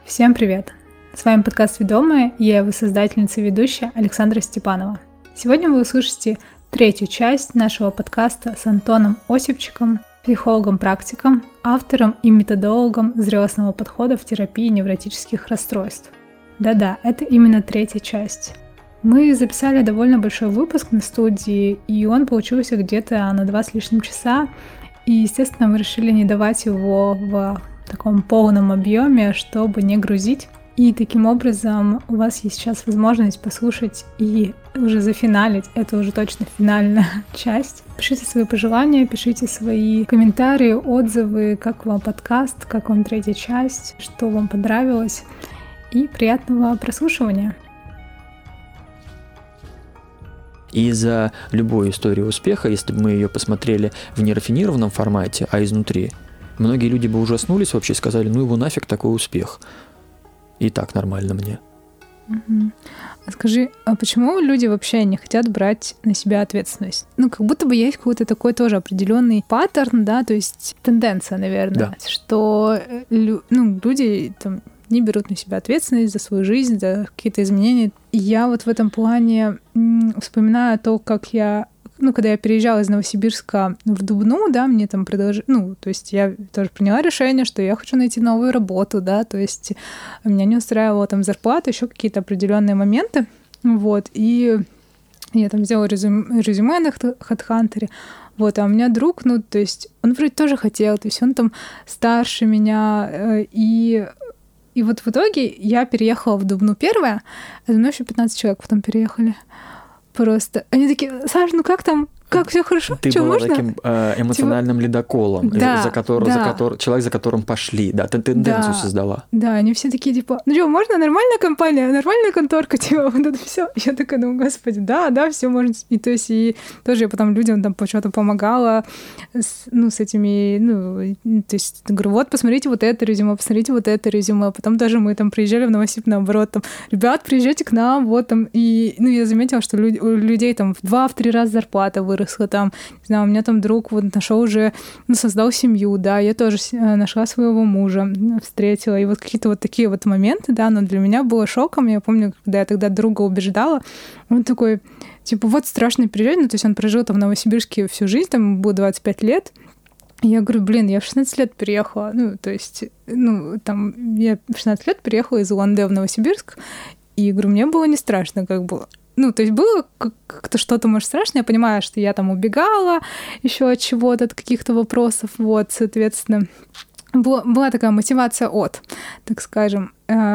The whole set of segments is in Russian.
Всем привет! С вами подкаст «Ведомая» и я его создательница и ведущая Александра Степанова. Сегодня вы услышите третью часть нашего подкаста с Антоном Осипчиком, психологом-практиком, автором и методологом зрелостного подхода в терапии невротических расстройств. Да-да, это именно третья часть. Мы записали довольно большой выпуск на студии, и он получился где-то на 2 с лишним часа, и, естественно, мы решили не давать его в таком полном объеме, чтобы не грузить. И таким образом у вас есть сейчас возможность послушать и уже зафиналить, это уже точно финальная часть. Пишите свои пожелания, пишите свои комментарии, отзывы, как вам подкаст, как вам третья часть, что вам понравилось. И приятного прослушивания. И за любую историю успеха, если бы мы ее посмотрели в нерафинированном формате, а изнутри, многие люди бы ужаснулись вообще и сказали, ну его нафиг такой успех. И так нормально мне. А скажи, а почему люди вообще не хотят брать на себя ответственность? Ну, как будто бы есть какой-то такой тоже определенный паттерн, да, то есть тенденция, наверное, да. Что люди там не берут на себя ответственность за свою жизнь, за какие-то изменения. И я вот в этом плане вспоминаю то, как я, когда я переезжала из Новосибирска в Дубну, да, мне там предложили, то есть я тоже приняла решение, что я хочу найти новую работу, да, то есть меня не устраивала там зарплата, еще какие-то определенные моменты, вот, и я там сделала резюме на HeadHunter, вот, а у меня друг, то есть он вроде тоже хотел, то есть он там старше меня, и вот в итоге я переехала в Дубну первая, а за мной еще 15 человек потом переехали. Просто. Они такие, Саш, как там? Как все хорошо? Ты Чё, была можно? таким эмоциональным ледоколом, Да, человек, за которым пошли, да, ты тенденцию создала. Да, они все такие, типа, можно? Нормальная компания, нормальная конторка, типа, вот это все. Я такая думаю, господи, да, все можно. И то есть, и тоже я потом людям там что-то помогала с этими, то есть, говорю, вот, посмотрите вот это резюме, посмотрите вот это резюме. Потом даже мы там приезжали в Новосибирск, наоборот, там, ребят, приезжайте к нам, вот там. И, я заметила, что у людей там в 2-3 раза зарплата выросла, там, не знаю, у меня там друг вот нашел уже, создал семью, да, я тоже нашла своего мужа, встретила, и вот какие-то вот такие вот моменты, да, но для меня было шоком, я помню, когда я тогда друга убеждала, он такой, типа, вот страшно переезжать, то есть он прожил там в Новосибирске всю жизнь, там ему было 25 лет, и я говорю, я в 16 лет переехала, там, я в 16 лет переехала из Улан-Удэ в Новосибирск, и, говорю, мне было не страшно, как было. То есть было как-то что-то, может, страшное. Я понимаю, что я там убегала еще от чего-то, от каких-то вопросов. Вот, соответственно, была такая мотивация так скажем.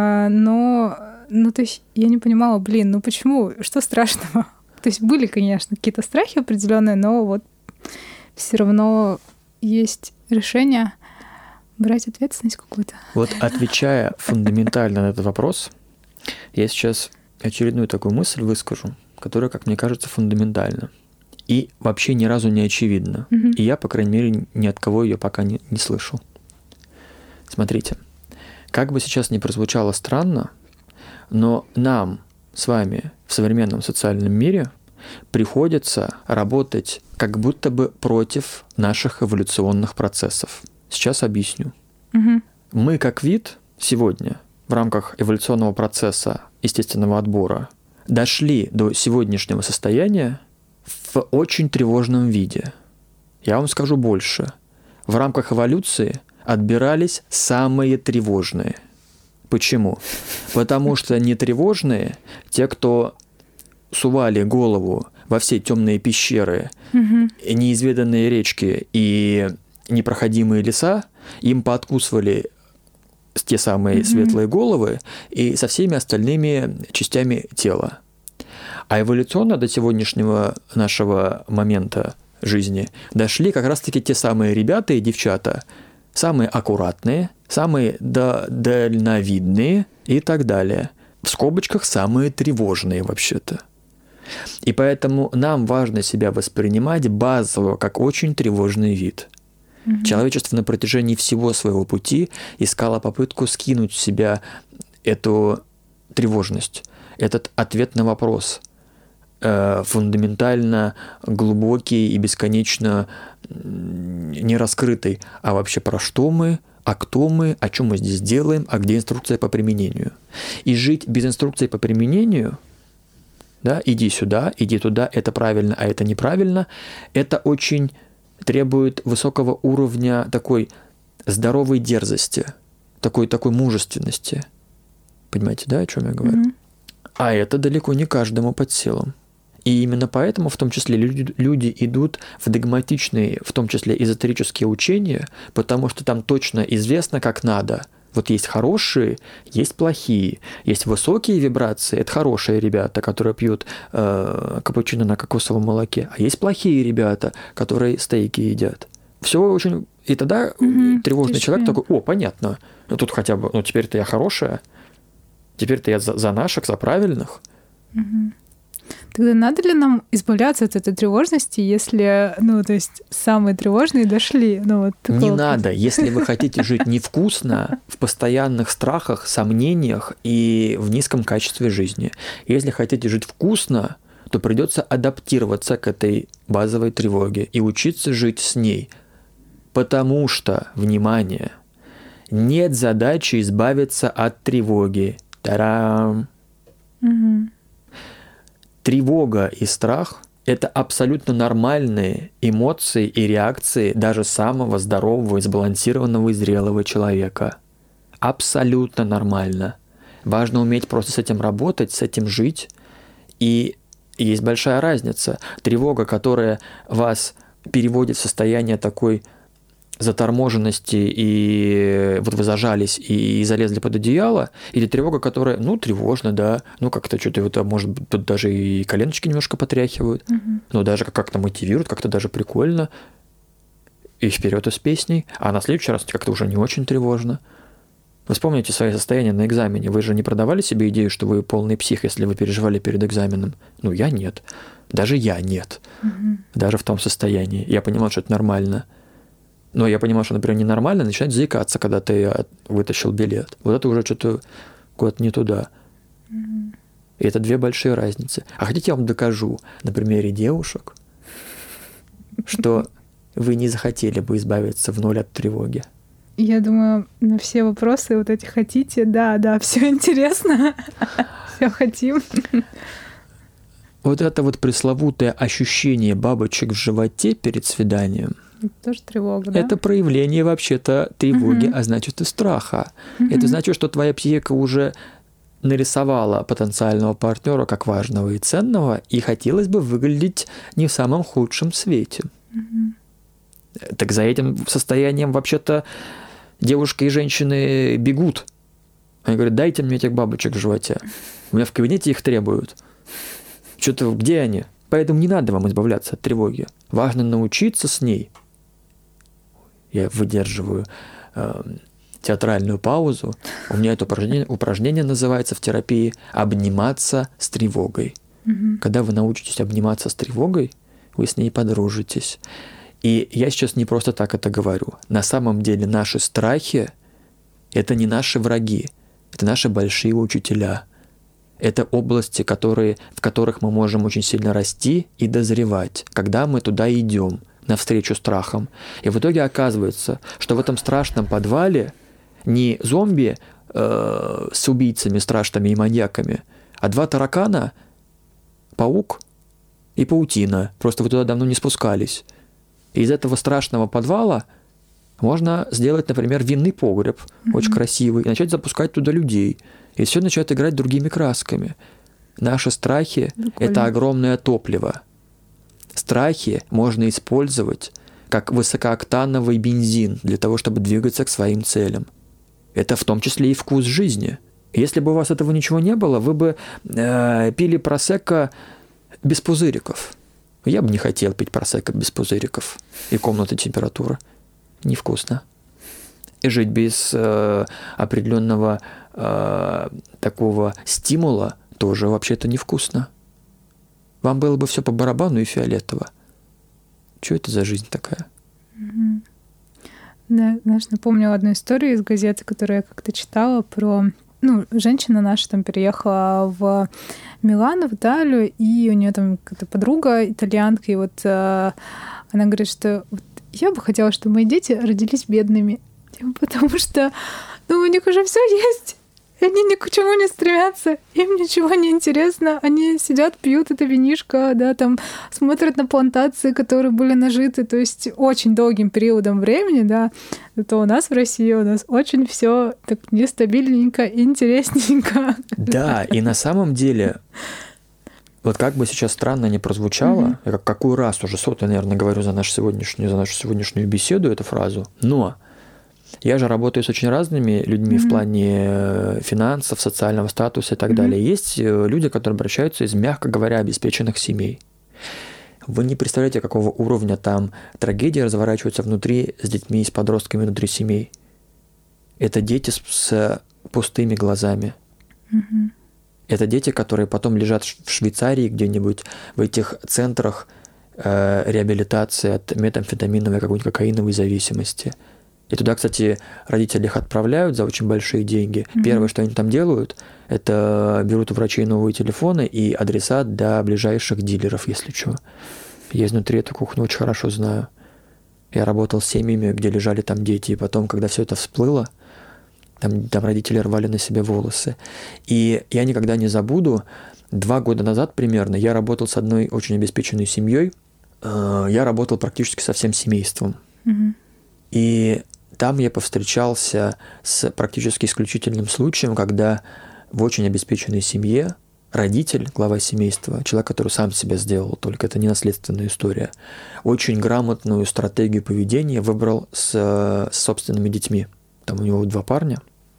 Но то есть я не понимала, почему? Что страшного? То есть были, конечно, какие-то страхи определенные, но вот все равно есть решение брать ответственность какую-то. Вот отвечая фундаментально на этот вопрос, я сейчас очередную такую мысль выскажу, которая, как мне кажется, фундаментальна. И вообще ни разу не очевидна. И я, по крайней мере, ни от кого ее пока не слышал. Смотрите, как бы сейчас ни прозвучало странно, но нам с вами в современном социальном мире приходится работать как будто бы против наших эволюционных процессов. Сейчас объясню. Мы как вид сегодня в рамках эволюционного процесса естественного отбора дошли до сегодняшнего состояния в очень тревожном виде. Я вам скажу больше. В рамках эволюции отбирались самые тревожные. Почему? Потому что нетревожные, те, кто сували голову во все темные пещеры, неизведанные речки и непроходимые леса, им пооткусывали те самые светлые головы и со всеми остальными частями тела. А эволюционно до сегодняшнего нашего момента жизни дошли как раз-таки те самые ребята и девчата, самые аккуратные, самые дальновидные и так далее. В скобочках самые тревожные вообще-то. И поэтому нам важно себя воспринимать базово как очень тревожный вид. Человечество на протяжении всего своего пути искало попытку скинуть с себя эту тревожность, этот ответ на вопрос, фундаментально глубокий и бесконечно не раскрытый, а вообще про что мы, а кто мы, о чем мы здесь делаем, а где инструкция по применению. И жить без инструкции по применению, да, иди сюда, иди туда, это правильно, а это неправильно, это очень требует высокого уровня такой здоровой дерзости, такой мужественности. Понимаете, да, о чем я говорю? Mm-hmm. А это далеко не каждому под силам. И именно поэтому, в том числе, люди идут в догматичные, в том числе эзотерические учения, потому что там точно известно, как надо. Вот есть хорошие, есть плохие. Есть высокие вибрации, это хорошие ребята, которые пьют капучино на кокосовом молоке. А есть плохие ребята, которые стейки едят. Все очень... И тогда тревожный человек такой: о, понятно, ну тут хотя бы, ну теперь-то я хорошая, теперь-то я за наших, за правильных. Тогда надо ли нам избавляться от этой тревожности, если, ну, то есть самые тревожные дошли? Ну, вот не надо. Если вы хотите жить невкусно, в постоянных страхах, сомнениях и в низком качестве жизни. Если хотите жить вкусно, то придется адаптироваться к этой базовой тревоге и учиться жить с ней. Потому что, внимание, нет задачи избавиться от тревоги. Тарам! Тревога и страх – это абсолютно нормальные эмоции и реакции даже самого здорового, сбалансированного и зрелого человека. Абсолютно нормально. Важно уметь просто с этим работать, с этим жить. И есть большая разница. Тревога, которая вас переводит в состояние такой заторможенности, и вот вы зажались и залезли под одеяло, или тревога, которая, ну, тревожно, да, ну, как-то что-то, вот, может быть, тут даже и коленочки немножко потряхивают, но даже как-то мотивирует, как-то даже прикольно, и вперед из песней, а на следующий раз как-то уже не очень тревожно. Вы вспомните свои состояния на экзамене, вы же не продавали себе идею, что вы полный псих, если вы переживали перед экзаменом? Ну, я нет, даже я нет, даже в том состоянии, я понимал, что это нормально. Но я понимал, что, например, ненормально начинать заикаться, когда ты вытащил билет. Вот это уже что-то куда-то не туда. И это две большие разницы. А хотите, я вам докажу на примере девушек, что вы не захотели бы избавиться в ноль от тревоги? Я думаю, на все вопросы вот эти хотите, да, все интересно, все хотим. Вот это вот пресловутое ощущение бабочек в животе перед свиданием, это тоже тревога, да? Это проявление вообще-то тревоги, а значит и страха. Это значит, что твоя психика уже нарисовала потенциального партнера как важного и ценного, и хотелось бы выглядеть не в самом худшем свете. Так за этим состоянием вообще-то девушки и женщины бегут. Они говорят: дайте мне этих бабочек в животе. У меня в кабинете их требуют. Что-то где они? Поэтому не надо вам избавляться от тревоги. Важно научиться с ней. Я выдерживаю театральную паузу. У меня это упражнение называется в терапии «обниматься с тревогой». Когда вы научитесь обниматься с тревогой, вы с ней подружитесь. И я сейчас не просто так это говорю. На самом деле наши страхи — это не наши враги, это наши большие учителя. Это области, в которых мы можем очень сильно расти и дозревать, когда мы туда идем, навстречу страхам. И в итоге оказывается, что в этом страшном подвале не зомби с убийцами страшными и маньяками, а два таракана, паук и паутина. Просто вы туда давно не спускались. И из этого страшного подвала можно сделать, например, винный погреб, очень красивый, и начать запускать туда людей. И все начинает играть другими красками. Наши страхи — это огромное топливо. Страхи можно использовать как высокооктановый бензин для того, чтобы двигаться к своим целям. Это в том числе и вкус жизни. Если бы у вас этого ничего не было, вы бы пили просекко без пузыриков. Я бы не хотел пить просекко без пузыриков и комнатной температуры. Невкусно. И жить без определенного такого стимула тоже вообще-то невкусно. Вам было бы все по барабану и фиолетово. Что это за жизнь такая? Да, знаешь, напомнила одну историю из газеты, которую я как-то читала про... Ну, женщина наша там переехала в Милано, в Италию, и у нее там какая-то подруга итальянка, и вот она говорит, что вот я бы хотела, чтобы мои дети родились бедными. Потому что, у них уже все есть. Они ни к чему не стремятся, им ничего не интересно. Они сидят, пьют это винишко, да, там смотрят на плантации, которые были нажиты, то есть очень долгим периодом времени, да. Это у нас в России у нас очень все так нестабильненько, интересненько. Да, и на самом деле, вот как бы сейчас странно не прозвучало, я какой раз уже сотый, наверное, говорю за нашу сегодняшнюю беседу эту фразу, но я же работаю с очень разными людьми в плане финансов, социального статуса и так далее. Есть люди, которые обращаются из, мягко говоря, обеспеченных семей. Вы не представляете, какого уровня там трагедии разворачиваются внутри с детьми и с подростками внутри семей. Это дети с пустыми глазами. Это дети, которые потом лежат в Швейцарии где-нибудь, в этих центрах реабилитации от метамфетаминовой, какой-нибудь кокаиновой зависимости. И туда, кстати, родители их отправляют за очень большие деньги. Первое, что они там делают, это берут у врачей новые телефоны и адреса до ближайших дилеров, если что. Я изнутри эту кухню очень хорошо знаю. Я работал с семьями, где лежали там дети, и потом, когда все это всплыло, там родители рвали на себе волосы. И я никогда не забуду, 2 года назад примерно я работал с одной очень обеспеченной семьей. Я работал практически со всем семейством. И там я повстречался с практически исключительным случаем, когда в очень обеспеченной семье родитель, глава семейства, человек, который сам себя сделал, только это не наследственная история, очень грамотную стратегию поведения выбрал с собственными детьми. Там у него 2 парня.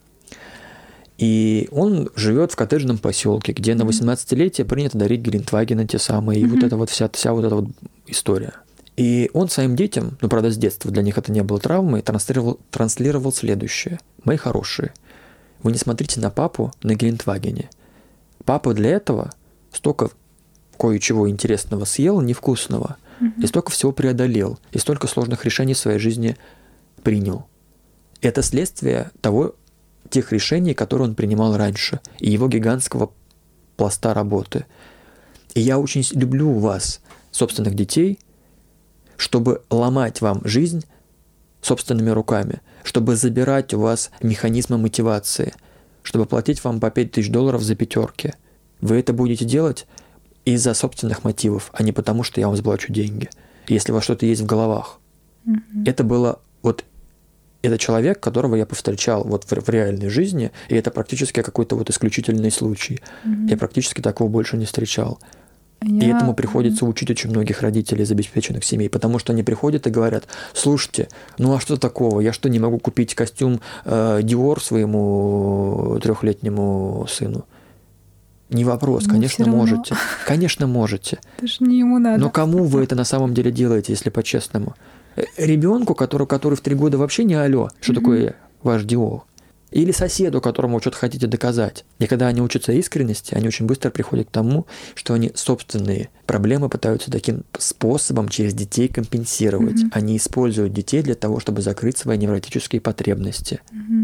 И он живет в коттеджном поселке, где на 18-летие принято дарить Гелендвагены те самые, и вот эта вот вся вот эта вот история. И он своим детям, правда, с детства, для них это не было травмой, транслировал следующее. Мои хорошие, вы не смотрите на папу на Гелендвагене. Папа для этого столько кое-чего интересного съел, невкусного, и столько всего преодолел, и столько сложных решений в своей жизни принял. Это следствие тех решений, которые он принимал раньше, и его гигантского пласта работы. И я очень люблю вас, собственных детей, чтобы ломать вам жизнь собственными руками, чтобы забирать у вас механизмы мотивации, чтобы платить вам по $5000 за 5. Вы это будете делать из-за собственных мотивов, а не потому, что я вам заплачу деньги. Если у вас что-то есть в головах. Это было это человек, которого я повстречал в реальной жизни, и это практически какой-то исключительный случай. Я практически такого больше не встречал. И этому приходится учить очень многих родителей из обеспеченных семей, потому что они приходят и говорят: слушайте, а что такого? Я что, не могу купить костюм Dior своему 3-летнему сыну? Не вопрос, конечно, можете. Конечно, можете. Это же не ему надо. Но кому вы это на самом деле делаете, если по-честному? Ребенку, который в 3 года вообще не алё, что такое ваш Dior? Или соседу, которому что-то хотите доказать. И когда они учатся искренности, они очень быстро приходят к тому, что они собственные проблемы пытаются таким способом через детей компенсировать. Они используют детей для того, чтобы закрыть свои невротические потребности.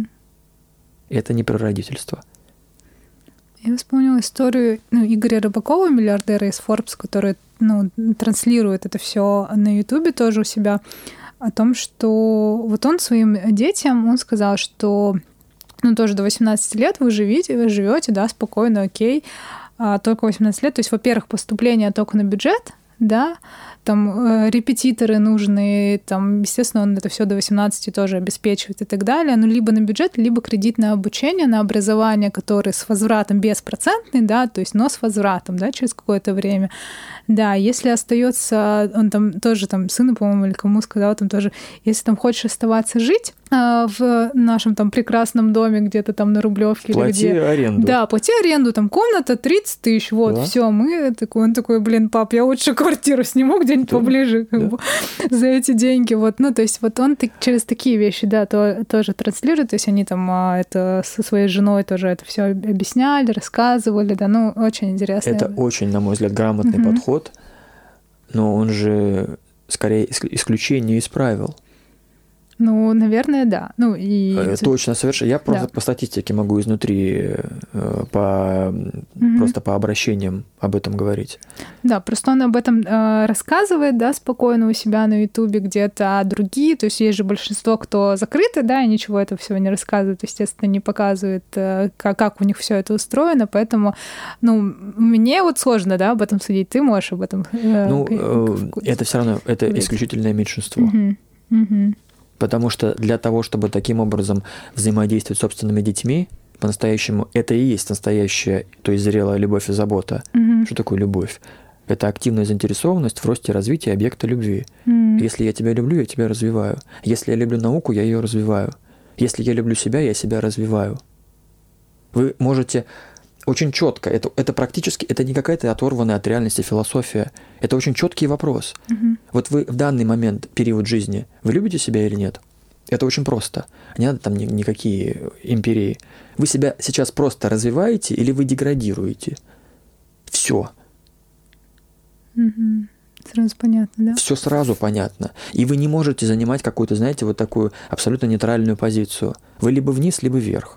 Это не прародительство. Я вспомнила историю Игоря Рыбакова, миллиардера из Forbes, который транслирует это все на Ютубе тоже у себя, о том, что он своим детям, он сказал, что тоже до 18 лет вы живете, да, спокойно, окей, только 18 лет. То есть, во-первых, поступление только на бюджет, да, там репетиторы нужны, там, естественно, он это все до 18 тоже обеспечивает и так далее, либо на бюджет, либо кредитное обучение, на образование, которое с возвратом беспроцентный, да, то есть, но с возвратом, да, через какое-то время. Да, если остается, он там тоже сыну, по-моему, или кому сказал, там тоже, если там хочешь оставаться жить в нашем там прекрасном доме где-то там на Рублевке, плати или где... аренду. Да, плати аренду, там комната 30 000, вот, да. Все, он такой, пап, я лучше квартиру сниму где-нибудь поближе, за эти деньги, то есть он через такие вещи, да, тоже транслирует, то есть они там это со своей женой тоже это все объясняли, рассказывали, да, очень интересно. Это очень, на мой взгляд, грамотный подход, но он же скорее исключение из правил. Ну, наверное, да. Ну, и... Точно, совершенно. Я просто по статистике могу изнутри просто по обращениям об этом говорить. Да, просто он об этом рассказывает, да, спокойно у себя на Ютубе где-то, а другие, то есть есть же большинство, кто закрыты, да, и ничего этого всего не рассказывают, естественно, не показывают, как у них все это устроено, поэтому, ну, мне вот сложно, да, об этом судить. Ты можешь об этом... это все равно, это исключительное меньшинство. Потому что для того, чтобы таким образом взаимодействовать с собственными детьми, по-настоящему, это и есть настоящая, то есть зрелая любовь и забота. Что такое любовь? Это активная заинтересованность в росте и развитии объекта любви. Если я тебя люблю, я тебя развиваю. Если я люблю науку, я ее развиваю. Если я люблю себя, я себя развиваю. Вы можете очень четко, это практически, это не какая-то оторванная от реальности философия. Это очень четкий вопрос. Вот вы в данный момент, период жизни, вы любите себя или нет? Это очень просто. Не надо там никакие империи. Вы себя сейчас просто развиваете или вы деградируете? Все. Сразу понятно, да? Все сразу понятно. И вы не можете занимать какую-то, знаете, вот такую абсолютно нейтральную позицию. Вы либо вниз, либо вверх.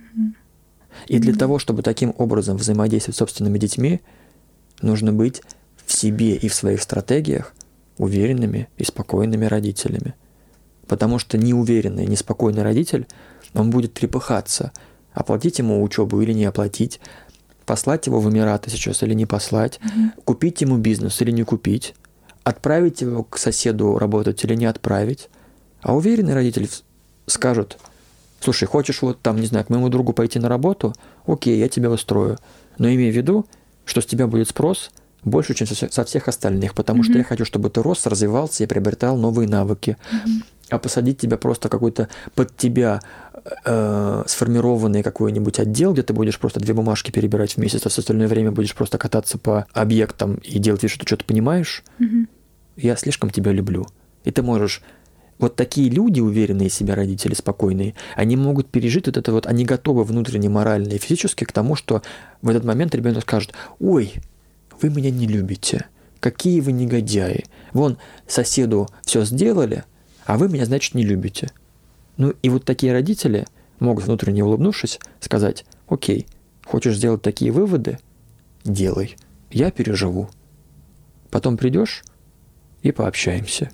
И для того, чтобы таким образом взаимодействовать с собственными детьми, нужно быть в себе и в своих стратегиях уверенными и спокойными родителями. Потому что неуверенный, неспокойный родитель, он будет трепыхаться, оплатить ему учебу или не оплатить, послать его в Эмираты сейчас или не послать, купить ему бизнес или не купить, отправить его к соседу работать или не отправить. А уверенный родитель скажет: слушай, хочешь вот там, не знаю, к моему другу пойти на работу? Окей, я тебя устрою. Но имей в виду, что с тебя будет спрос больше, чем со всех остальных, потому что я хочу, чтобы ты рос, развивался и приобретал новые навыки. А посадить тебя просто какой-то под тебя сформированный какой-нибудь отдел, где ты будешь просто 2 бумажки перебирать в месяц, а в остальное время будешь просто кататься по объектам и делать вид, что ты что-то понимаешь, я слишком тебя люблю. И ты можешь... Вот такие люди, уверенные в себе родители, спокойные, они могут пережить вот это вот, они готовы внутренне, морально и физически к тому, что в этот момент ребенок скажет: ой, вы меня не любите, какие вы негодяи, вон соседу все сделали, а вы меня, значит, не любите. Ну и вот такие родители могут, внутренне улыбнувшись, сказать: окей, хочешь сделать такие выводы? Делай, я переживу. Потом придешь и пообщаемся.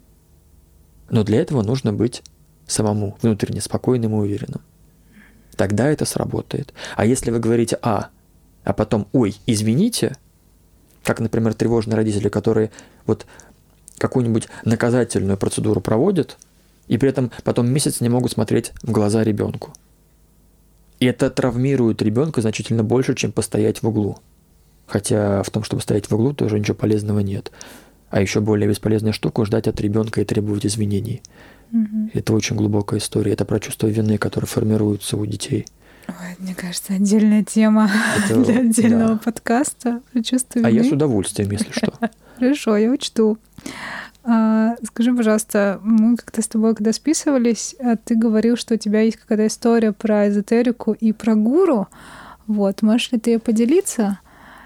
Но для этого нужно быть самому внутренне спокойным и уверенным. Тогда это сработает. А если вы говорите а потом ой, извините, как, например, тревожные родители, которые вот какую-нибудь наказательную процедуру проводят, и при этом потом месяц не могут смотреть в глаза ребенку. И это травмирует ребенка значительно больше, чем постоять в углу. Хотя в том, чтобы стоять в углу, тоже ничего полезного нет. А еще более бесполезная штука — ждать от ребенка и требовать извинений. Это очень глубокая история. Это про чувство вины, которое формируется у детей. Ой, мне кажется, отдельная тема для отдельного подкаста. Чувство вины. А я с удовольствием, если что. Хорошо, я учту. Скажи, пожалуйста, мы как-то с тобой, когда списывались, ты говорил, что у тебя есть какая-то история про эзотерику и про гуру. Вот, можешь ли ты ее поделиться?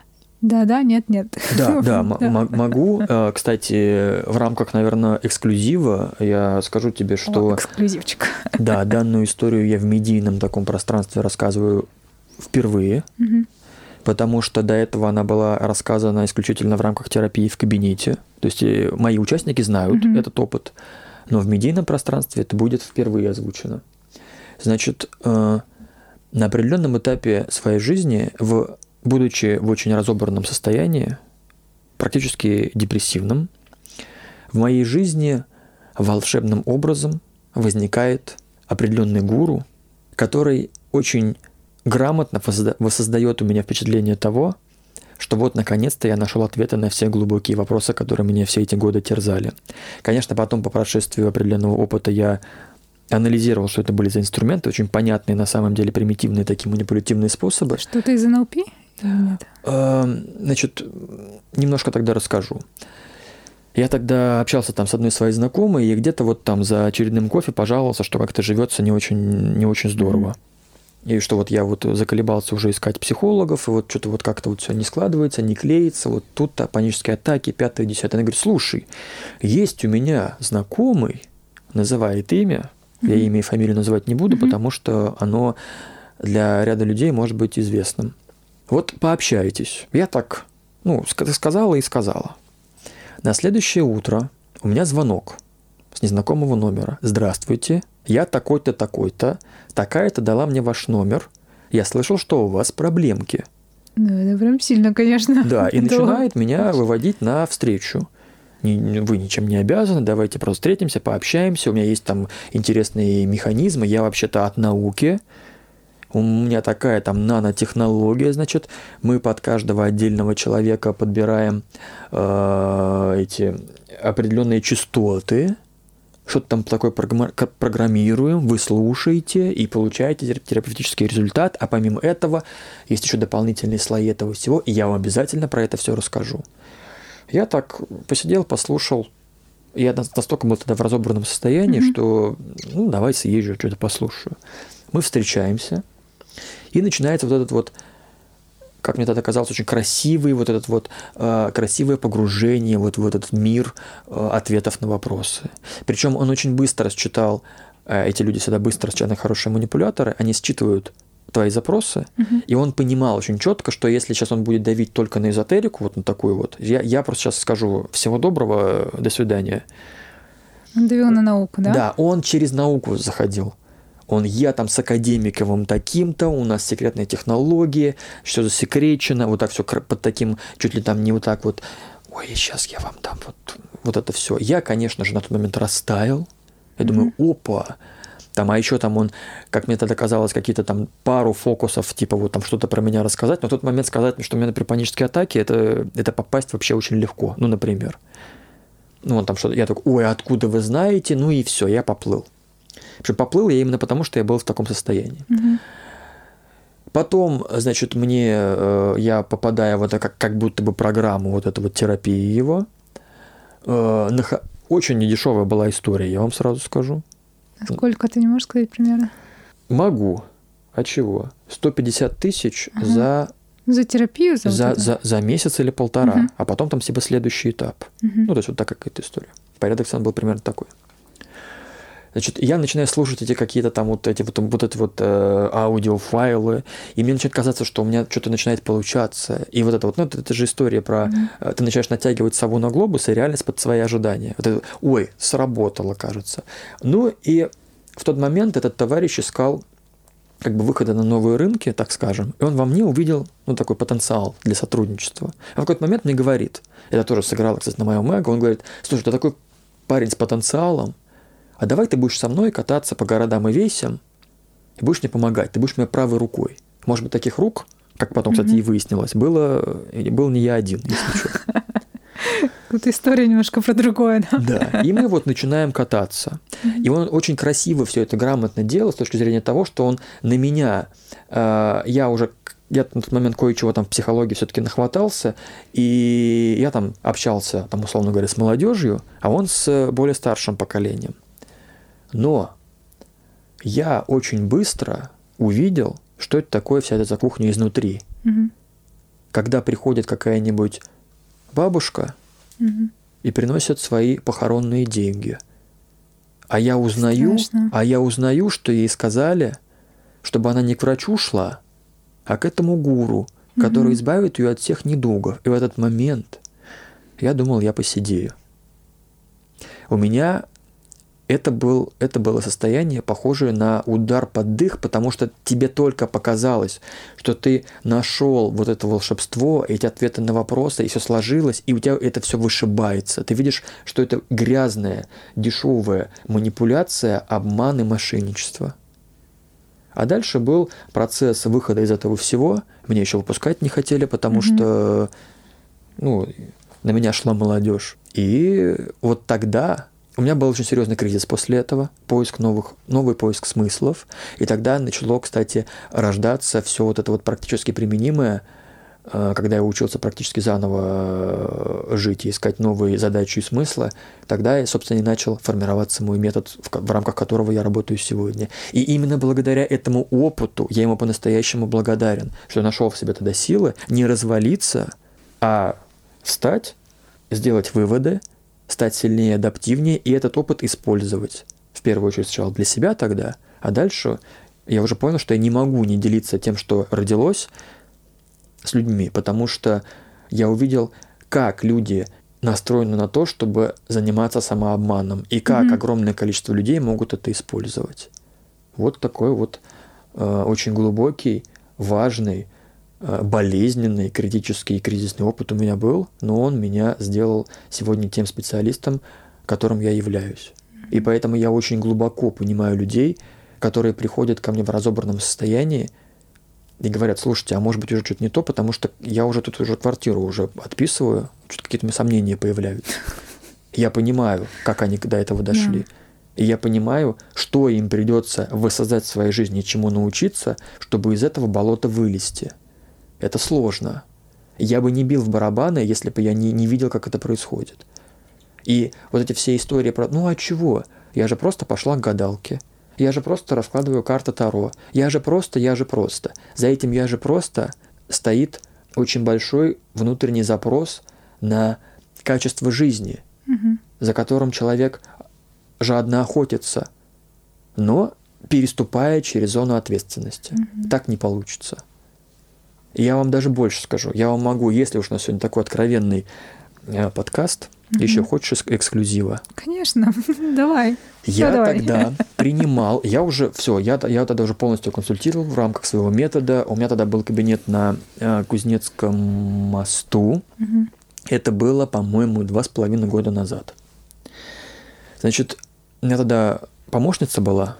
Да, нет. Да, могу. Кстати, в рамках, наверное, эксклюзива я скажу тебе, что... Эксклюзивчик. Да, данную историю я в медийном таком пространстве рассказываю впервые, потому что до этого она была рассказана исключительно в рамках терапии в кабинете. То есть мои участники знают этот опыт, но в медийном пространстве это будет впервые озвучено. Значит, на определенном этапе своей жизни, будучи в очень разобранном состоянии, практически депрессивном, в моей жизни волшебным образом возникает определенный гуру, который очень грамотно воссоздает у меня впечатление того, что вот наконец-то я нашел ответы на все глубокие вопросы, которые меня все эти годы терзали. Конечно, потом по прошествию определенного опыта я анализировал, что это были за инструменты, очень понятные, на самом деле примитивные такие манипулятивные способы. Что-то из НЛП? Нет. Значит, немножко тогда расскажу. Я тогда общался там с одной своей знакомой, и где-то вот там за очередным кофе пожаловался, что как-то живется не очень здорово. И что вот я вот заколебался уже искать психологов, и вот что-то вот как-то вот все не складывается, не клеится, вот тут-то панические атаки, 5-10. Она говорит: слушай, есть у меня знакомый называет имя. Я имя и фамилию называть не буду, потому что оно для ряда людей может быть известным. Вот пообщайтесь. Я так, сказала и сказала. На следующее утро у меня звонок с незнакомого номера. Здравствуйте, я такой-то, такой-то, такая-то дала мне ваш номер. Я слышал, что у вас проблемки. Ну, это прям сильно, конечно. Да, и начинает меня выводить на встречу. Вы ничем не обязаны, давайте просто встретимся, пообщаемся. У меня есть там интересные механизмы, я вообще-то от науки. У меня такая там нанотехнология, значит, мы под каждого отдельного человека подбираем эти определенные частоты, что-то там такое программируем, вы слушаете и получаете терапевтический результат, а помимо этого есть еще дополнительные слои этого всего, и я вам обязательно про это все расскажу. Я так посидел, послушал, я настолько был тогда в разобранном состоянии, что, давай съезжу, что-то послушаю. Мы встречаемся, и начинается вот этот вот, как мне тогда казалось, очень красивый, вот этот вот красивое погружение вот в этот мир ответов на вопросы. Причем он очень быстро считал, эти люди всегда быстро считают, хорошие манипуляторы, они считывают твои запросы, и он понимал очень четко, что если сейчас он будет давить только на эзотерику, вот на такую вот, я просто сейчас скажу всего доброго, до свидания. Он давил на науку, да? Да, он через науку заходил. Я там с академиковым таким-то, у нас секретные технологии, все засекречено, вот так все под таким, чуть ли там не вот так вот, ой, сейчас я вам дам вот это все. Я, конечно же, на тот момент растаял. Я думаю, опа. А еще там он, как мне тогда казалось, какие-то там пару фокусов, типа вот там что-то про меня рассказать, но в тот момент сказать мне, что у меня, например, панические атаки, это попасть вообще очень легко. Например. Он там что-то, я такой, ой, откуда вы знаете? И все, я поплыл. Причем поплыл я именно потому, что я был в таком состоянии. Потом, значит, я попадаю в это как будто бы программу вот эту вот терапии его. Очень недешевая была история, я вам сразу скажу. А сколько, ты не можешь сказать примерно? Могу. А чего? 150 тысяч за терапию? За месяц или полтора, а потом там себе следующий этап. То есть вот такая какая-то история. Порядок цен был примерно такой. Значит, я начинаю слушать эти какие-то там вот эти аудиофайлы, и мне начинает казаться, что у меня что-то начинает получаться. И вот это вот, это же история про... Ты начинаешь натягивать сову на глобус, и реальность под свои ожидания. Ой, сработало, кажется. И в тот момент этот товарищ искал как бы выхода на новые рынки, так скажем, и он во мне увидел такой потенциал для сотрудничества. А в какой-то момент мне говорит, это тоже сыграло, кстати, на моем эго, он говорит, слушай, ты такой парень с потенциалом, а давай ты будешь со мной кататься по городам и весям, и будешь мне помогать, ты будешь моей правой рукой. Может быть, таких рук, как потом, кстати, и выяснилось, был не я один, если что. Тут история немножко про другое, да? Да, и мы вот начинаем кататься. И он очень красиво все это грамотно делал с точки зрения того, что он на меня, я на тот момент кое-чего там в психологии все-таки нахватался, и я там общался, там, условно говоря, с молодежью, а он с более старшим поколением. Но я очень быстро увидел, что это такое вся эта кухня изнутри. Когда приходит какая-нибудь бабушка и приносит свои похоронные деньги. А я узнаю, что ей сказали, чтобы она не к врачу шла, а к этому гуру, который избавит ее от всех недугов. И в этот момент я думал, я посидею. У меня это было состояние, похожее на удар под дых, потому что тебе только показалось, что ты нашел вот это волшебство, эти ответы на вопросы, и все сложилось, и у тебя это все вышибается. Ты видишь, что это грязная, дешевая манипуляция, обман и мошенничество. А дальше был процесс выхода из этого всего. Меня еще выпускать не хотели, потому что на меня шла молодежь. И вот тогда у меня был очень серьезный кризис после этого, новый поиск смыслов. И тогда начало, кстати, рождаться все вот это вот практически применимое, когда я учился практически заново жить и искать новые задачи и смыслы, тогда, собственно, и начал формироваться мой метод, в рамках которого я работаю сегодня. И именно благодаря этому опыту я ему по-настоящему благодарен, что нашел в себе тогда силы не развалиться, а встать, сделать выводы, стать сильнее, адаптивнее и этот опыт использовать. В первую очередь сначала для себя тогда, а дальше я уже понял, что я не могу не делиться тем, что родилось, с людьми, потому что я увидел, как люди настроены на то, чтобы заниматься самообманом, и как огромное количество людей могут это использовать. Вот такой вот очень глубокий, важный, болезненный, критический и кризисный опыт у меня был, но он меня сделал сегодня тем специалистом, которым я являюсь. И поэтому я очень глубоко понимаю людей, которые приходят ко мне в разобранном состоянии и говорят: слушайте, а может быть уже что-то не то, потому что я уже тут уже квартиру уже отписываю, что-то какие-то у меня сомнения появляются. Я понимаю, как они до этого дошли. И я понимаю, что им придется воссоздать в своей жизни, чему научиться, чтобы из этого болота вылезти. Это сложно. Я бы не бил в барабаны, если бы я не видел, как это происходит. И вот эти все истории про «ну а чего? Я же просто пошла к гадалке. Я же просто раскладываю карты Таро. Я же просто». За этим «я же просто» стоит очень большой внутренний запрос на качество жизни, за которым человек жадно охотится, но переступая через зону ответственности. Так не получится. И я вам даже больше скажу. Я вам могу, если уж у нас сегодня такой откровенный подкаст, еще хочешь эксклюзива? Конечно, давай. Я тогда принимал, я тогда уже полностью консультировал в рамках своего метода. У меня тогда был кабинет на Кузнецком мосту. Это было, по-моему, 2,5 года назад. Значит, у меня тогда помощница была,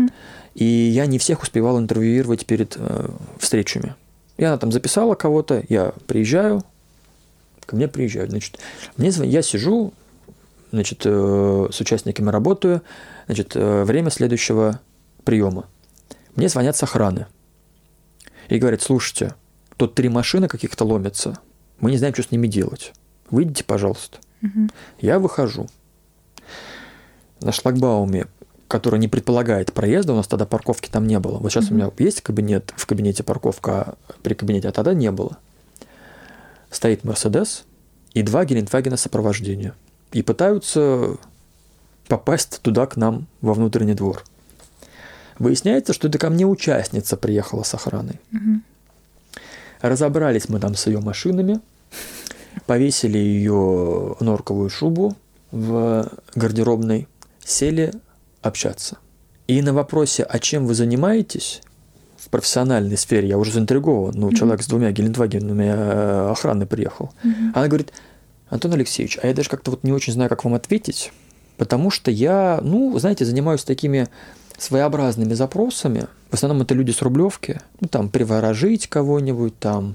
и я не всех успевал интервьюировать перед встречами. И она там записала кого-то, я приезжаю, ко мне приезжают. Значит, мне звонят, я сижу, значит, с участниками работаю, значит, время следующего приема. Мне звонят с охраны и говорят: слушайте, тут 3 машины каких-то ломятся, мы не знаем, что с ними делать. Выйдите, пожалуйста. Я выхожу. На шлагбауме, который не предполагает проезда, у нас тогда парковки там не было. Вот сейчас у меня есть кабинет, в кабинете парковка при кабинете, а тогда не было. Стоит Мерседес и 2 Гелендвагена сопровождения. И пытаются попасть туда к нам во внутренний двор. Выясняется, что это ко мне участница приехала с охраной. Разобрались мы там с ее машинами, повесили ее норковую шубу в гардеробной, сели общаться. И на вопросе: а чем вы занимаетесь в профессиональной сфере, я уже заинтригован, человек с 2 Гелендвагенами охраны приехал. Она говорит: Антон Алексеевич, а я даже как-то вот не очень знаю, как вам ответить, потому что я, знаете, занимаюсь такими своеобразными запросами. В основном это люди с Рублевки, там приворожить кого-нибудь, там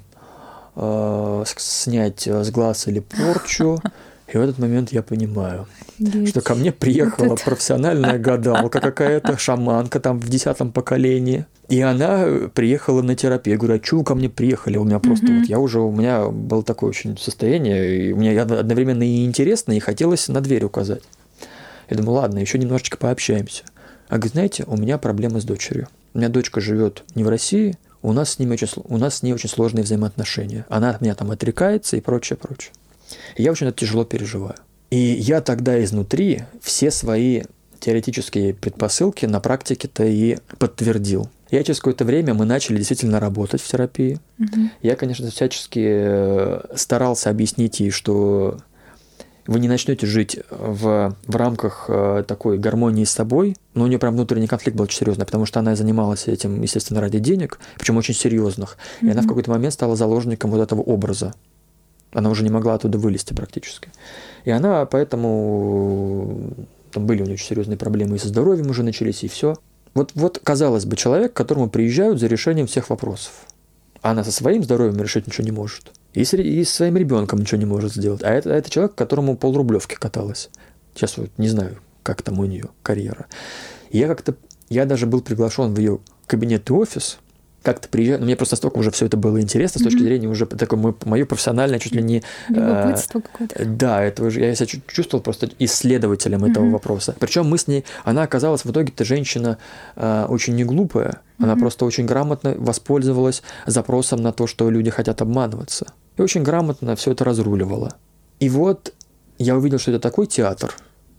снять с глаз или порчу. И в этот момент я понимаю, что ко мне приехала профессиональная гадалка какая-то, шаманка там в 10-м поколении. И она приехала на терапию. Я говорю: а чего вы ко мне приехали? У меня просто у меня было такое очень состояние, и мне одновременно и интересно, и хотелось на дверь указать. Я думаю: ладно, еще немножечко пообщаемся. А говорит: знаете, у меня проблемы с дочерью. У меня дочка живет не в России, у нас с ней очень сложные взаимоотношения. Она от меня там отрекается и прочее. И я очень это тяжело переживаю. И я тогда изнутри все свои теоретические предпосылки на практике-то и подтвердил. Я через какое-то время, мы начали действительно работать в терапии. Я, конечно, всячески старался объяснить ей, что вы не начнете жить в рамках такой гармонии с собой, но у нее прям внутренний конфликт был очень серьезный, потому что она занималась этим, естественно, ради денег, причем очень серьезных. И она в какой-то момент стала заложником вот этого образа. Она уже не могла оттуда вылезти практически. И она поэтому... Там были у нее очень серьезные проблемы и со здоровьем уже начались, и все. Вот, казалось бы, человек, к которому приезжают за решением всех вопросов. А она со своим здоровьем решить ничего не может. И с своим ребенком ничего не может сделать. А это человек, к которому полрублевки каталась. Сейчас вот не знаю, как там у нее карьера. И я даже был приглашен в ее кабинет и офис. Как-то приезжаю, но мне просто настолько уже все это было интересно с точки зрения уже такое мое профессиональное, чуть ли не... Любопытство какое-то. Да, это уже, я себя чувствовал просто исследователем этого вопроса. Причем мы с ней, она оказалась в итоге-то женщина очень не глупая, она просто очень грамотно воспользовалась запросом на то, что люди хотят обманываться. И очень грамотно все это разруливала. И вот я увидел, что это такой театр.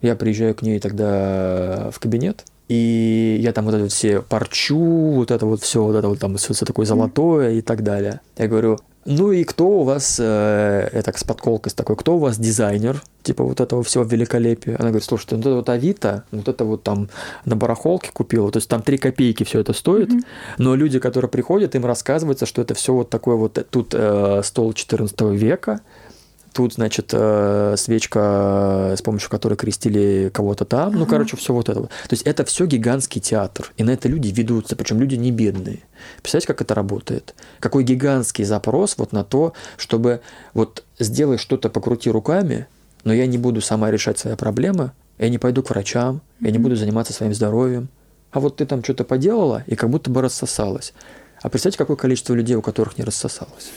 Я приезжаю к ней тогда в кабинет, и я там вот это все порчу, вот это вот все, вот это вот там все такое золотое и так далее. Я говорю, ну и кто у вас, с подколкой с такой, кто у вас дизайнер, типа вот этого всего великолепия? Она говорит, слушайте, вот это вот Авито, вот это вот там на барахолке купила, то есть там 3 копейки все это стоит, но люди, которые приходят, им рассказывается, что это все вот такое вот, тут стол 14 века, тут, значит, свечка, с помощью которой крестили кого-то там. Ну, короче, все вот это. То есть это все гигантский театр. И на это люди ведутся, причем люди не бедные. Представляете, как это работает? Какой гигантский запрос вот на то, чтобы вот сделай что-то, покрути руками, но я не буду сама решать свои проблемы, я не пойду к врачам, я не буду заниматься своим здоровьем. А вот ты там что-то поделала, и как будто бы рассосалась. А представьте, какое количество людей, у которых не рассосалось.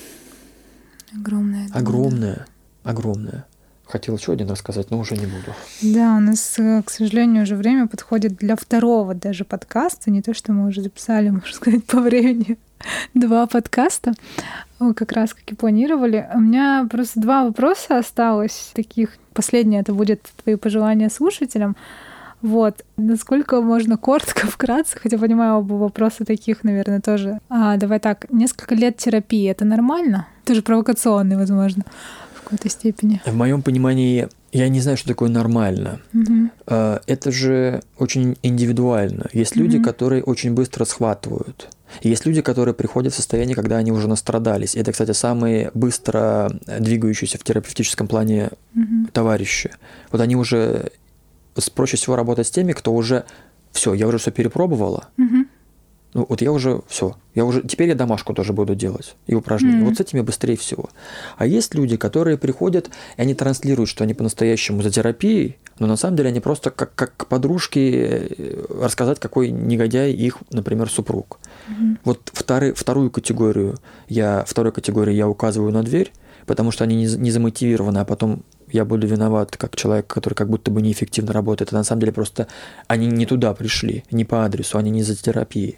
Огромное. Хотел еще один рассказать, но уже не буду. Да, у нас, к сожалению, уже время подходит для 2-го даже подкаста. Не то, что мы уже записали, можно сказать, по времени 2 подкаста. Как раз как и планировали. У меня просто 2 вопроса осталось таких. Последнее это будет твои пожелания слушателям. Вот. Насколько можно коротко, вкратце, хотя понимаю, оба вопроса таких, наверное, тоже. Давай так, несколько лет терапии — это нормально? Тоже провокационный, возможно, в какой-то степени. В моем понимании, я не знаю, что такое нормально. Это же очень индивидуально. Есть люди, которые очень быстро схватывают. Есть люди, которые приходят в состояние, когда они уже настрадались. Это, кстати, самые быстро двигающиеся в терапевтическом плане товарищи. Вот они уже... Проще всего работать с теми, кто уже все, я уже все перепробовала. Ну, вот я уже все. Теперь я домашку тоже буду делать и упражнения. Вот с этими быстрее всего. А есть люди, которые приходят, и они транслируют, что они по-настоящему за терапией, но на самом деле они просто как подружки рассказать, какой негодяй их, например, супруг. Вот второй категории я указываю на дверь, потому что они не замотивированы, а потом я буду виноват как человек, который как будто бы неэффективно работает. А на самом деле просто они не туда пришли, не по адресу, они не за терапией.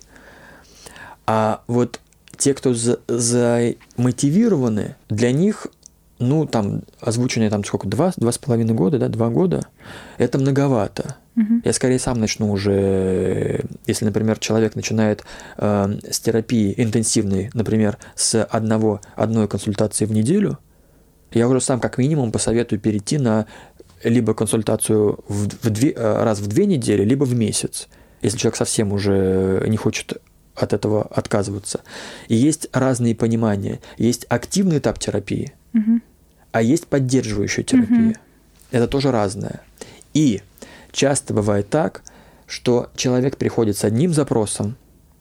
А вот те, кто замотивированы, для них, ну, там, озвученные там сколько, 2,5 года, да, 2 года, это многовато. Я скорее сам начну уже, если, например, человек начинает с терапии интенсивной, например, с одной консультации в неделю, я уже сам как минимум посоветую перейти на либо консультацию раз в 2 недели, либо в месяц, если человек совсем уже не хочет от этого отказываться. И есть разные понимания. Есть активный этап терапии, а есть поддерживающая терапия. Это тоже разное. И часто бывает так, что человек приходит с одним запросом,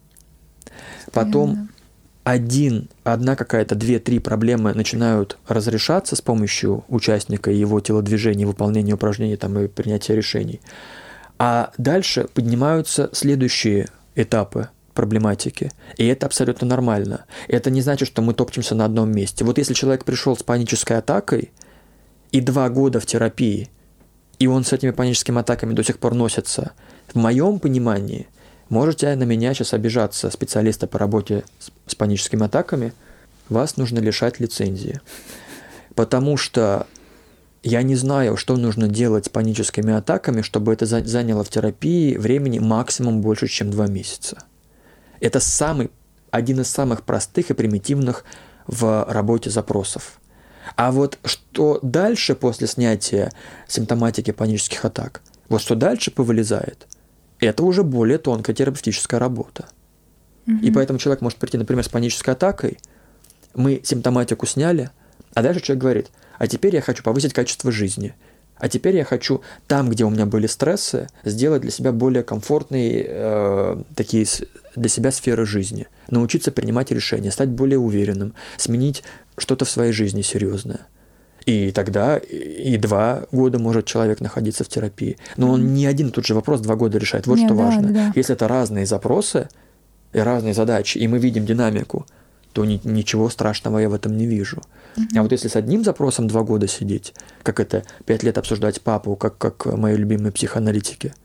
потом одна какая-то 2-3 проблемы начинают разрешаться с помощью участника и его телодвижений, выполнения упражнений там, и принятия решений. А дальше поднимаются следующие этапы проблематики. И это абсолютно нормально. Это не значит, что мы топчемся на одном месте. Вот если человек пришел с панической атакой и 2 года в терапии, и он с этими паническими атаками до сих пор носится, в моем понимании, можете на меня сейчас обижаться, специалиста по работе с паническими атаками, вас нужно лишать лицензии. Потому что я не знаю, что нужно делать с паническими атаками, чтобы это заняло в терапии времени максимум больше, чем 2 месяца. Это один из самых простых и примитивных в работе запросов. А вот что дальше после снятия симптоматики панических атак, вот что дальше повылезает, это уже более тонкая терапевтическая работа. И поэтому человек может прийти, например, с панической атакой, мы симптоматику сняли, а дальше человек говорит, а теперь я хочу повысить качество жизни, а теперь я хочу там, где у меня были стрессы, сделать для себя более комфортные такие для себя сферы жизни, научиться принимать решения, стать более уверенным, сменить что-то в своей жизни серьезное. И тогда и 2 года может человек находиться в терапии. Но он не один и тот же вопрос 2 года решает. Вот что важно. Да. Если это разные запросы и разные задачи, и мы видим динамику, то ничего страшного я в этом не вижу. А вот если с одним запросом 2 года сидеть, как это 5 лет обсуждать папу, как мои любимые психоаналитики,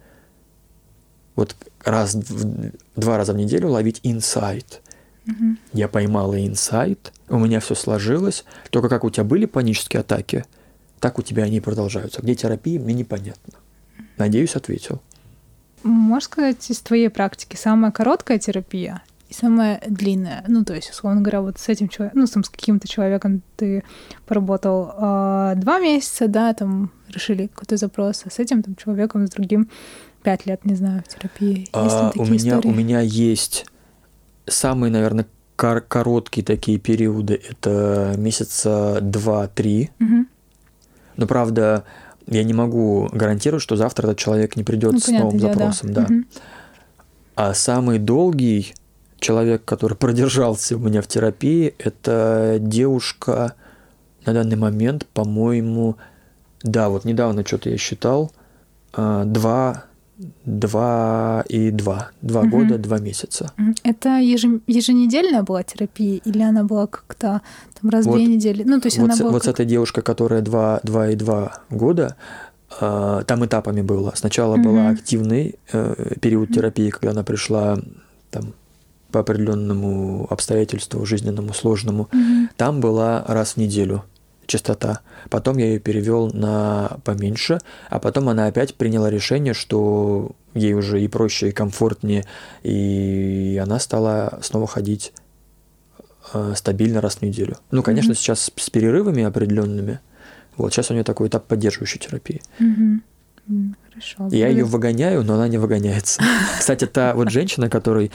вот 2 раза в неделю ловить инсайт. Я поймала инсайт, у меня все сложилось, только как у тебя были панические атаки, так у тебя они и продолжаются. Где терапия, мне непонятно. Надеюсь, ответил. Можешь сказать, из твоей практики самая короткая терапия и самая длинная? Ну, то есть, условно говоря, вот с этим человеком, ну, с каким-то человеком ты поработал 2 месяца, да, там решили какой-то запрос, а с этим там человеком, с другим 5 лет, не знаю, в терапии. У меня есть самые, наверное, короткие такие периоды, это месяца 2-3. Но, правда, я не могу гарантировать, что завтра этот человек не придет с новым запросом. Да. А самый долгий человек, который продержался у меня в терапии, это девушка на данный момент, по-моему, да, вот недавно что-то я считал, 2 года, 2 месяца. Это еженедельная была терапия или она была как-то там раз в 2 недели? Ну, то есть она была вот с этой девушкой, которая 2,2 года, там этапами было. Сначала была активный период терапии, когда она пришла там по определенному обстоятельству жизненному сложному. Там была раз в неделю частота. Потом я ее перевел на поменьше, а потом она опять приняла решение, что ей уже и проще, и комфортнее, и она стала снова ходить стабильно раз в неделю. Ну, конечно, сейчас с перерывами определенными. Вот сейчас у нее такой этап поддерживающей терапии. Хорошо. Я ее выгоняю, но она не выгоняется. Кстати, та вот женщина, которой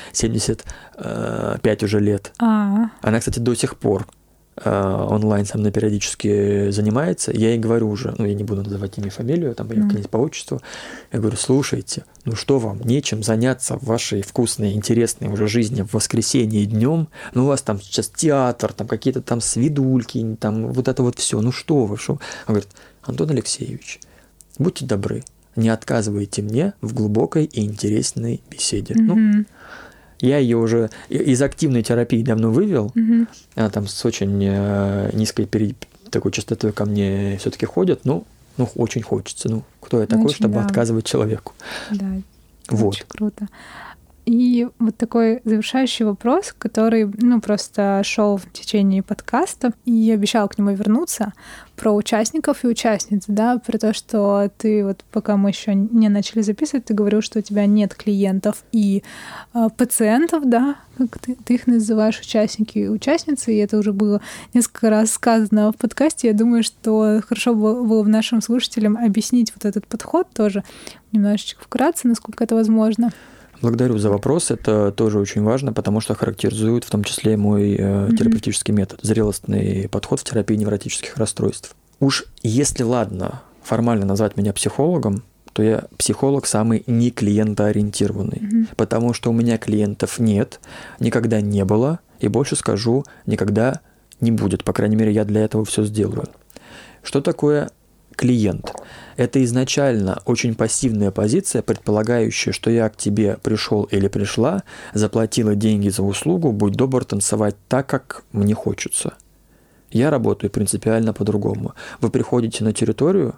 75 уже лет, она, кстати, до сих пор онлайн со мной периодически занимается. Я ей говорю уже, ну, я не буду называть имя и фамилию, там, я по отчеству. Я говорю, слушайте, ну что вам, нечем заняться в вашей вкусной, интересной уже жизни в воскресенье днем. Ну, у вас там сейчас театр, там какие-то там свидульки, там вот это вот все. Ну что вы, что? Он говорит, Антон Алексеевич, будьте добры, не отказывайте мне в глубокой и интересной беседе. Ну, я ее уже из активной терапии давно вывел. Она там с очень низкой такой частотой ко мне все-таки ходит. Ну, очень хочется. Ну, кто я такой, чтобы отказывать человеку? Да, вот. Очень круто. И вот такой завершающий вопрос, который, просто шел в течение подкаста, и я обещала к нему вернуться, про участников и участниц, да, про то, что ты вот пока мы еще не начали записывать, ты говорил, что у тебя нет клиентов и пациентов, да, как ты их называешь, участники и участницы, и это уже было несколько раз сказано в подкасте. Я думаю, что хорошо было бы нашим слушателям объяснить вот этот подход тоже немножечко вкратце, насколько это возможно. Благодарю за вопрос. Это тоже очень важно, потому что характеризует в том числе мой терапевтический метод, зрелостный подход в терапии невротических расстройств. Уж если, ладно, формально назвать меня психологом, то я психолог самый не клиентоориентированный, потому что у меня клиентов нет, никогда не было, и больше скажу, никогда не будет. По крайней мере, я для этого все сделаю. Что такое клиент? Это изначально очень пассивная позиция, предполагающая, что я к тебе пришел или пришла, заплатила деньги за услугу, будь добр танцевать так, как мне хочется. Я работаю принципиально по-другому. Вы приходите на территорию,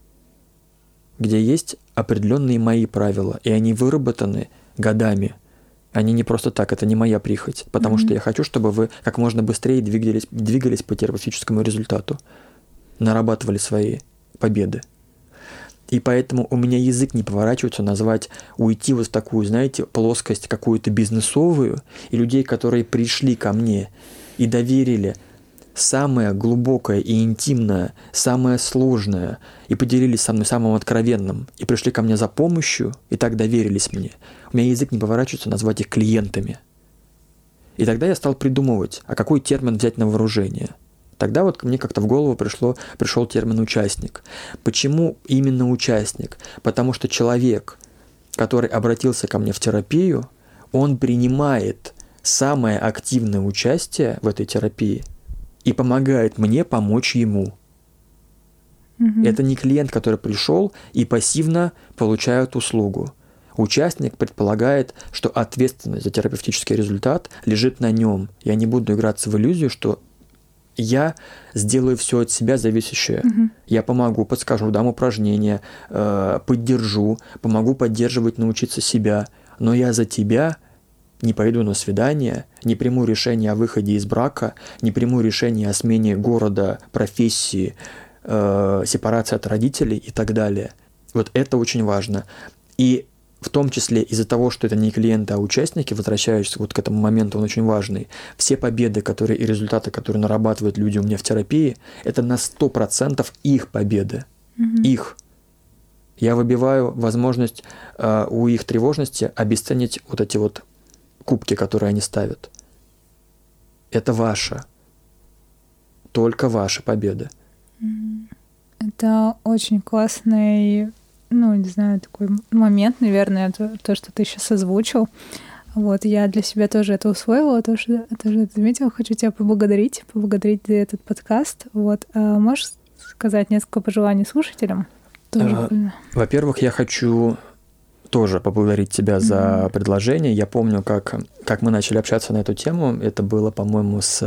где есть определенные мои правила, и они выработаны годами. Они не просто так, это не моя прихоть, потому что я хочу, чтобы вы как можно быстрее двигались по терапевтическому результату, нарабатывали свои победы. И поэтому у меня язык не поворачивается уйти вот в такую, знаете, плоскость какую-то бизнесовую, и людей, которые пришли ко мне и доверили самое глубокое и интимное, самое сложное, и поделились со мной самым откровенным, и пришли ко мне за помощью, и так доверились мне. У меня язык не поворачивается назвать их клиентами. И тогда я стал придумывать, а какой термин взять на вооружение. Тогда вот мне как-то в голову пришел термин «участник». Почему именно участник? Потому что человек, который обратился ко мне в терапию, он принимает самое активное участие в этой терапии и помогает мне помочь ему. Это не клиент, который пришел и пассивно получает услугу. Участник предполагает, что ответственность за терапевтический результат лежит на нем. Я не буду играться в иллюзию, что я сделаю все от себя зависящее. Я помогу, подскажу, дам упражнения, поддержу, помогу поддерживать, научиться себя. Но я за тебя не пойду на свидание, не приму решение о выходе из брака, не приму решение о смене города, профессии, сепарации от родителей и так далее. Вот это очень важно. И в том числе из-за того, что это не клиенты, а участники, возвращаясь вот к этому моменту, он очень важный. Все победы, которые и результаты, которые нарабатывают люди у меня в терапии, это на 100% их победы. Их. Я выбиваю возможность у их тревожности обесценить вот эти вот кубки, которые они ставят. Это ваша. Только ваши победы. Это очень классный, не знаю, такой момент, наверное, то, что ты сейчас озвучил. Вот, я для себя тоже это усвоила, тоже это заметила. Хочу тебя поблагодарить за этот подкаст. Вот, можешь сказать несколько пожеланий слушателям? Во-первых, я хочу тоже поблагодарить тебя за предложение. Я помню, как мы начали общаться на эту тему. Это было, по-моему, с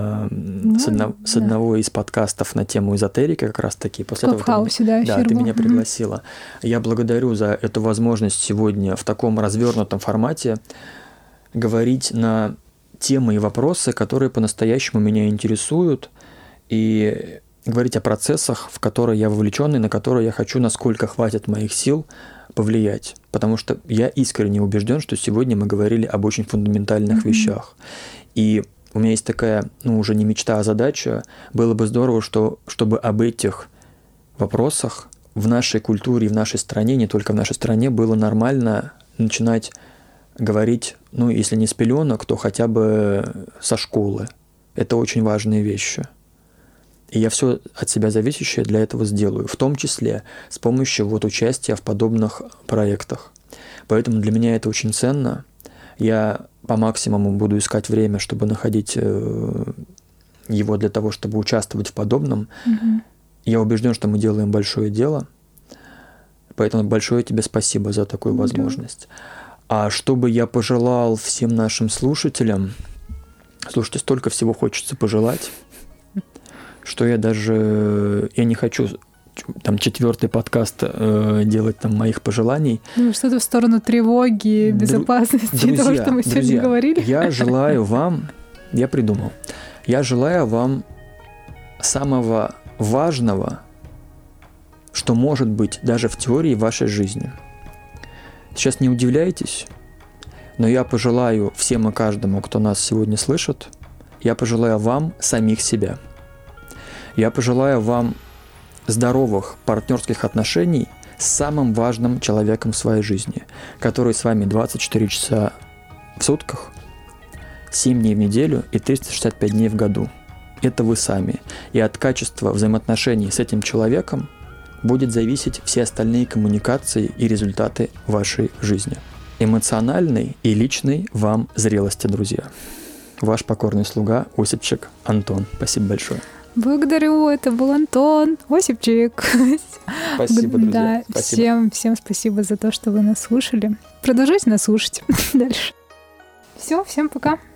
одного из подкастов на тему эзотерики как раз-таки. После того, ты меня пригласила. Я благодарю за эту возможность сегодня в таком развернутом формате говорить на темы и вопросы, которые по-настоящему меня интересуют, и говорить о процессах, в которые я вовлечен и на которые я хочу, насколько хватит моих сил, повлиять. Потому что я искренне убежден, что сегодня мы говорили об очень фундаментальных вещах. И у меня есть такая, уже не мечта, а задача. Было бы здорово, чтобы об этих вопросах в нашей культуре и в нашей стране, не только в нашей стране, было нормально начинать говорить, если не с пеленок, то хотя бы со школы. Это очень важные вещи. И я все от себя зависящее для этого сделаю, в том числе с помощью участия в подобных проектах. Поэтому для меня это очень ценно. Я по максимуму буду искать время, чтобы находить его для того, чтобы участвовать в подобном. Я убежден, что мы делаем большое дело. Поэтому большое тебе спасибо за такую возможность. А что бы я пожелал всем нашим слушателям? Слушайте, столько всего хочется пожелать, что я не хочу там 4-й подкаст делать там моих пожеланий. Что-то в сторону тревоги, безопасности, того, что мы сегодня говорили. Я желаю вам, я желаю вам самого важного, что может быть даже в теории вашей жизни. Сейчас не удивляйтесь, но я пожелаю всем и каждому, кто нас сегодня слышит, я пожелаю вам самих себя. Я пожелаю вам здоровых партнерских отношений с самым важным человеком в своей жизни, который с вами 24 часа в сутках, 7 дней в неделю и 365 дней в году. Это вы сами. И от качества взаимоотношений с этим человеком будет зависеть все остальные коммуникации и результаты вашей жизни. Эмоциональной и личной вам зрелости, друзья. Ваш покорный слуга Осипчик Антон. Спасибо большое. Благодарю, это был Антон Осипчик. Спасибо, друзья. Да, спасибо. Всем спасибо за то, что вы нас слушали. Продолжайте нас слушать дальше. Все, всем пока.